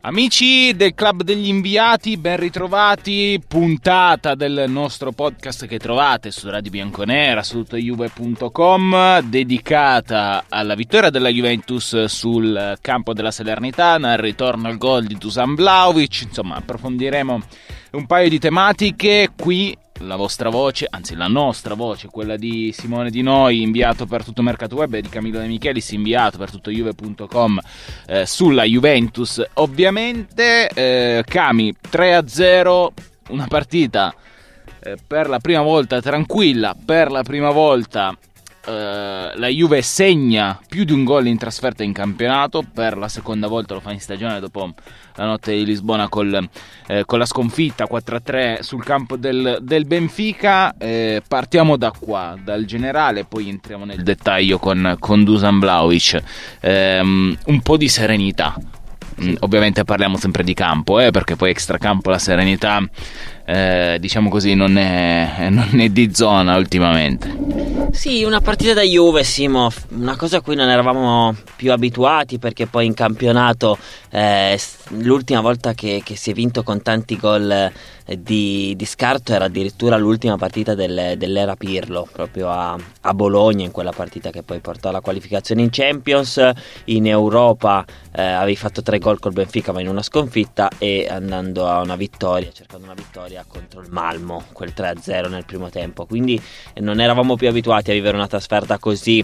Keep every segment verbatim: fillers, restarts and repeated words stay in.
Amici del Club degli Inviati, ben ritrovati, puntata del nostro podcast che trovate su Radio Bianconera, su tutto juve punto com, dedicata alla vittoria della Juventus sul campo della Salernitana, al ritorno al gol di Dusan Vlahovic. Insomma, approfondiremo un paio di tematiche qui. La vostra voce, anzi la nostra voce, quella di Simone Di Noi, inviato per tutto Mercato Web, e di Camillo De Michelis, inviato per tutto juve punto com, eh, sulla Juventus ovviamente. eh, Cami, tre a zero, una partita eh, per la prima volta tranquilla, per la prima volta Uh, la Juve segna più di un gol in trasferta in campionato, per la seconda volta lo fa in stagione dopo la notte di Lisbona col, eh, con la sconfitta quattro a tre sul campo del, del Benfica. Eh, partiamo da qua, dal generale, poi entriamo nel dettaglio con, con Dusan Vlahovic. Eh, un po' di serenità. Mm, ovviamente parliamo sempre di campo, eh, perché poi extracampo la serenità, eh, diciamo così, non è, non è di zona ultimamente. Sì, una partita da Juve, Simo, una cosa a cui non eravamo più abituati, perché poi in campionato eh, l'ultima volta che, che si è vinto con tanti gol eh, di, di scarto era addirittura l'ultima partita del, dell'era Pirlo, proprio a, a Bologna, in quella partita che poi portò alla qualificazione in Champions. In Europa eh, avevi fatto tre gol col Benfica ma in una sconfitta, e andando a una vittoria, cercando una vittoria contro il Malmo, quel tre a zero nel primo tempo. Quindi non eravamo più abituati a vivere una trasferta così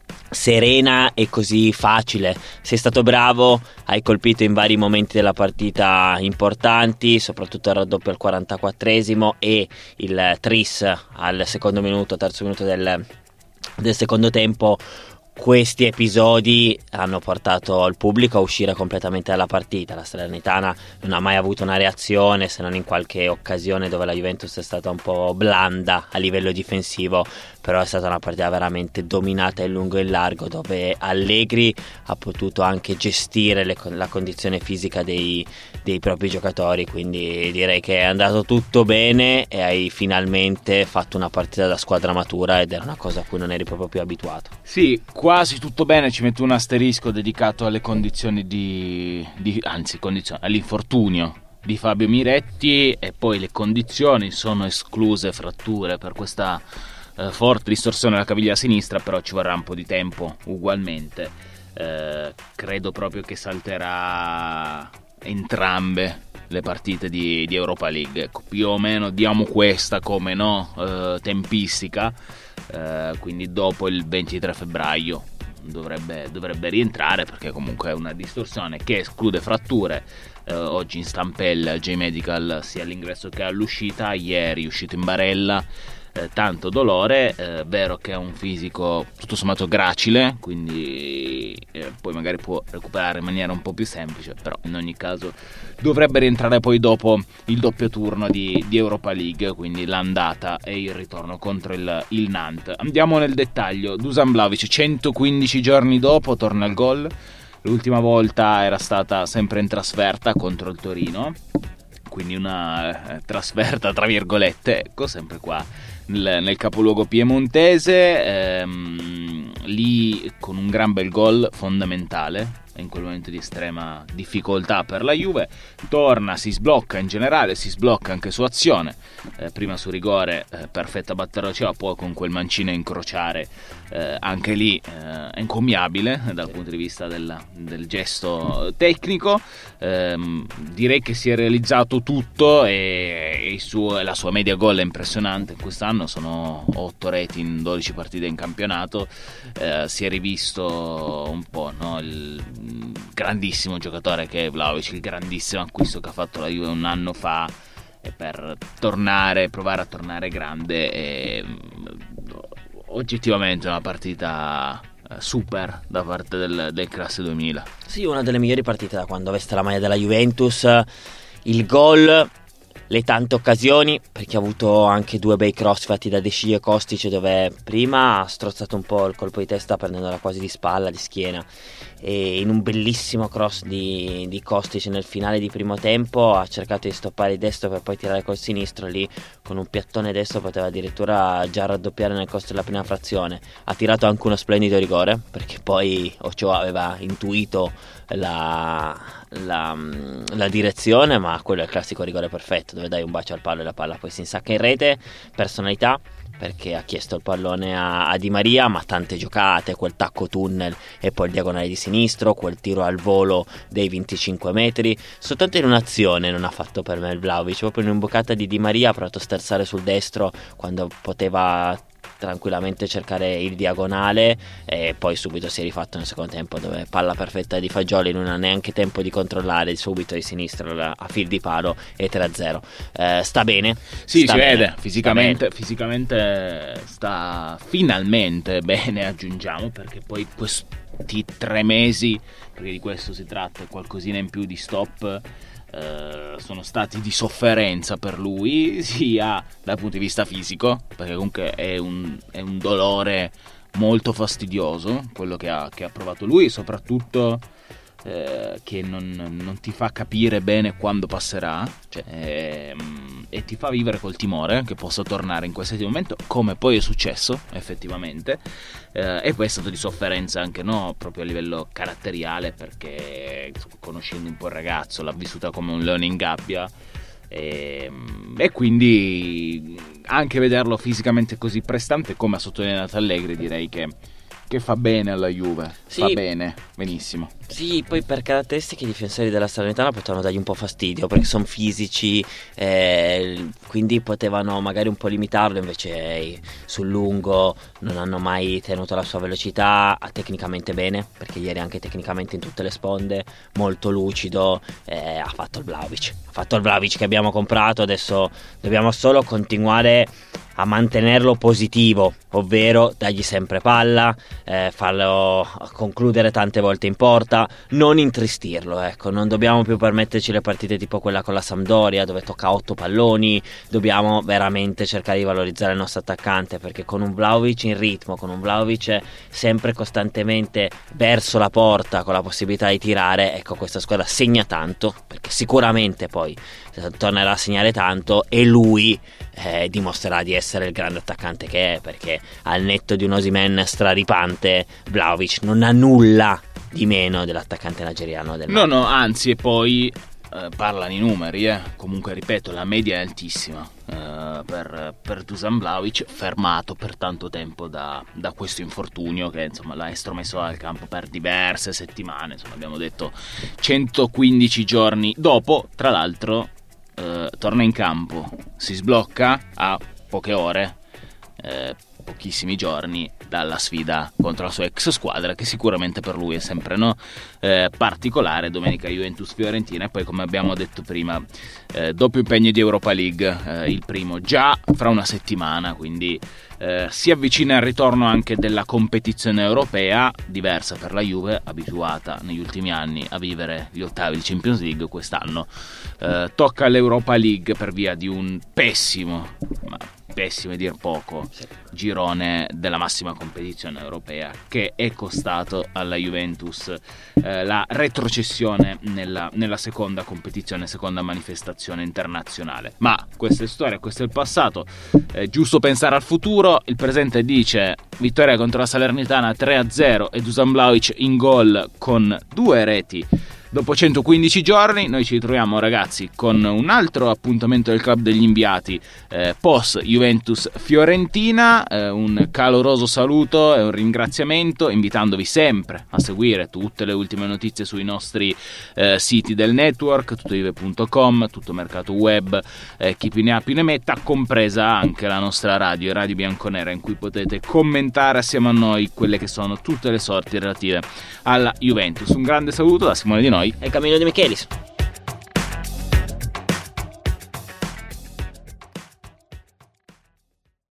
serena e così facile. Sei stato bravo, hai colpito in vari momenti della partita importanti, soprattutto il raddoppio al quarantaquattresimo e il tris al secondo minuto, terzo minuto del, del secondo tempo. Questi episodi hanno portato il pubblico a uscire completamente dalla partita. La Salernitana non ha mai avuto una reazione, se non in qualche occasione dove la Juventus è stata un po' blanda a livello difensivo, però è stata una partita veramente dominata in lungo e in largo, dove Allegri ha potuto anche gestire le, la condizione fisica dei, dei propri giocatori. Quindi direi che è andato tutto bene e hai finalmente fatto una partita da squadra matura, ed era una cosa a cui non eri proprio più abituato. Sì, quasi tutto bene. Ci metto un asterisco dedicato alle condizioni di, di anzi condizioni all'infortunio di Fabio Miretti, e poi le condizioni sono escluse fratture per questa eh, forte distorsione della caviglia sinistra, però ci vorrà un po' di tempo ugualmente. Eh, credo proprio che salterà entrambe le partite di, di Europa League. Ecco, più o meno diamo questa come no eh, tempistica, eh, quindi dopo il ventitré febbraio dovrebbe, dovrebbe rientrare, perché comunque è una distorsione che esclude fratture. Eh, oggi in stampella J-Medical sia all'ingresso che all'uscita, ieri è uscito in barella. Eh, tanto dolore, eh, vero che è un fisico tutto sommato gracile, quindi eh, poi magari può recuperare in maniera un po' più semplice, però in ogni caso dovrebbe rientrare poi dopo il doppio turno di, di Europa League, quindi l'andata e il ritorno contro il, il Nantes. Andiamo nel dettaglio. Dusan Vlahovic centoquindici giorni dopo torna al gol. L'ultima volta era stata sempre in trasferta contro il Torino, quindi una eh, trasferta tra virgolette, ecco, sempre qua nel, nel capoluogo piemontese, ehm, lì con un gran bel gol fondamentale in quel momento di estrema difficoltà per la Juve. Torna, si sblocca in generale, si sblocca anche su azione, eh, prima su rigore, eh, perfetta batteria, poi con quel mancino a incrociare, eh, anche lì eh, è incommiabile dal punto di vista del, del gesto tecnico. Eh, direi che si è realizzato tutto, e, e il suo, la sua media gol è impressionante. Quest'anno sono otto reti in dodici partite in campionato. Eh, si è rivisto un po', no? il grandissimo giocatore che è Vlahovic, il grandissimo acquisto che ha fatto la Juve un anno fa, e per tornare, provare a tornare grande. E oggettivamente una partita super da parte del, del classe duemila. Sì, una delle migliori partite da quando veste la maglia della Juventus. Il gol, le tante occasioni, perché ha avuto anche due bei cross fatti da De Sciglio e Kostic, dove prima ha strozzato un po' il colpo di testa prendendola quasi di spalla, di schiena, e in un bellissimo cross di, di Kostic nel finale di primo tempo ha cercato di stoppare il destro per poi tirare col sinistro. Lì con un piattone destro poteva addirittura già raddoppiare nel corso della prima frazione. Ha tirato anche uno splendido rigore, perché poi Ochoa aveva intuito la, la, la direzione, ma quello è il classico rigore perfetto, dove dai un bacio al palo e la palla poi si insacca in rete. Personalità, perché ha chiesto il pallone a, a Di Maria, ma tante giocate, quel tacco tunnel e poi il diagonale di sinistro, quel tiro al volo dei venticinque metri. Soltanto in un'azione non ha fatto per me il Vlahovic, proprio in un'imboccata di Di Maria ha provato a sterzare sul destro quando poteva tranquillamente cercare il diagonale, e poi subito si è rifatto nel secondo tempo, dove palla perfetta di Fagioli, non ha neanche tempo di controllare, subito di sinistra a fil di palo e tre a zero. Eh, sta bene? Sì, sta si bene, vede, fisicamente sta bene. fisicamente sta finalmente bene, aggiungiamo, perché poi questi tre mesi, perché di questo si tratta, qualcosina in più di stop, Uh, sono stati di sofferenza per lui, sia dal punto di vista fisico, perché comunque è un, è un dolore molto fastidioso quello che ha, che ha provato lui, soprattutto eh, che non, non ti fa capire bene quando passerà, cioè, eh, e ti fa vivere col timore che possa tornare in qualsiasi momento, come poi è successo effettivamente. Eh, e poi è stato di sofferenza anche, no, proprio a livello caratteriale, perché conoscendo un po' il ragazzo l'ha vissuta come un leone in gabbia, e, e quindi anche vederlo fisicamente così prestante, come ha sottolineato Allegri, direi che, che fa bene alla Juve. Sì, fa bene, benissimo. Sì, poi per caratteristiche i difensori della Salernitana potevano dargli un po' fastidio, perché sono fisici, eh, quindi potevano magari un po' limitarlo, invece eh, sul lungo non hanno mai tenuto la sua velocità. Tecnicamente bene, perché ieri anche tecnicamente in tutte le sponde, molto lucido, eh, ha fatto il Vlahovic, ha fatto il Vlahovic che abbiamo comprato, adesso dobbiamo solo continuare a mantenerlo positivo, ovvero dargli sempre palla, eh, farlo concludere tante volte in porta, non intristirlo, ecco, non dobbiamo più permetterci le partite tipo quella con la Sampdoria dove tocca otto palloni. Dobbiamo veramente cercare di valorizzare il nostro attaccante, perché con un Vlahovic in ritmo, con un Vlahovic sempre costantemente verso la porta con la possibilità di tirare, ecco, questa squadra segna tanto, perché sicuramente poi tornerà a segnare tanto, e lui eh, dimostrerà di essere il grande attaccante che è, perché al netto di un Osimhen straripante, Vlahovic non ha nulla di meno dell'attaccante nigeriano del no no anzi, e poi eh, parlano i numeri, eh. comunque ripeto, la media è altissima eh, per, per Dusan Vlahovic, fermato per tanto tempo da, da questo infortunio che insomma l'ha estromesso dal campo per diverse settimane, insomma abbiamo detto centoquindici giorni dopo. Tra l'altro eh, torna in campo, si sblocca a poche ore, eh, pochissimi giorni dalla sfida contro la sua ex squadra, che sicuramente per lui è sempre, no, eh, particolare. Domenica Juventus-Fiorentina, e poi, come abbiamo detto prima, eh, doppio impegno di Europa League, eh, il primo già fra una settimana, quindi eh, si avvicina il ritorno anche della competizione europea, diversa per la Juve, abituata negli ultimi anni a vivere gli ottavi di Champions League. Quest'anno eh, tocca l'Europa League per via di un pessimo, ma pessimo a dir poco, girone della massima competizione europea, che è costato alla Juventus eh, la retrocessione nella, nella seconda competizione, seconda manifestazione internazionale. Ma questa è storia, questo è il passato, è giusto pensare al futuro. Il presente dice vittoria contro la Salernitana tre a zero e Dusan Vlahovic in gol con due reti dopo centoquindici giorni. Noi ci ritroviamo, ragazzi, con un altro appuntamento del Club degli Inviati eh, post Juventus Fiorentina. Eh, un caloroso saluto e un ringraziamento, invitandovi sempre a seguire tutte le ultime notizie sui nostri eh, siti del network, tuttoive punto com, tutto mercato web, eh, chi più ne ha più ne metta, compresa anche la nostra radio, Radio Bianconera, in cui potete commentare assieme a noi quelle che sono tutte le sorti relative alla Juventus. Un grande saluto da Simone Di Noi e Camillo De Michelis.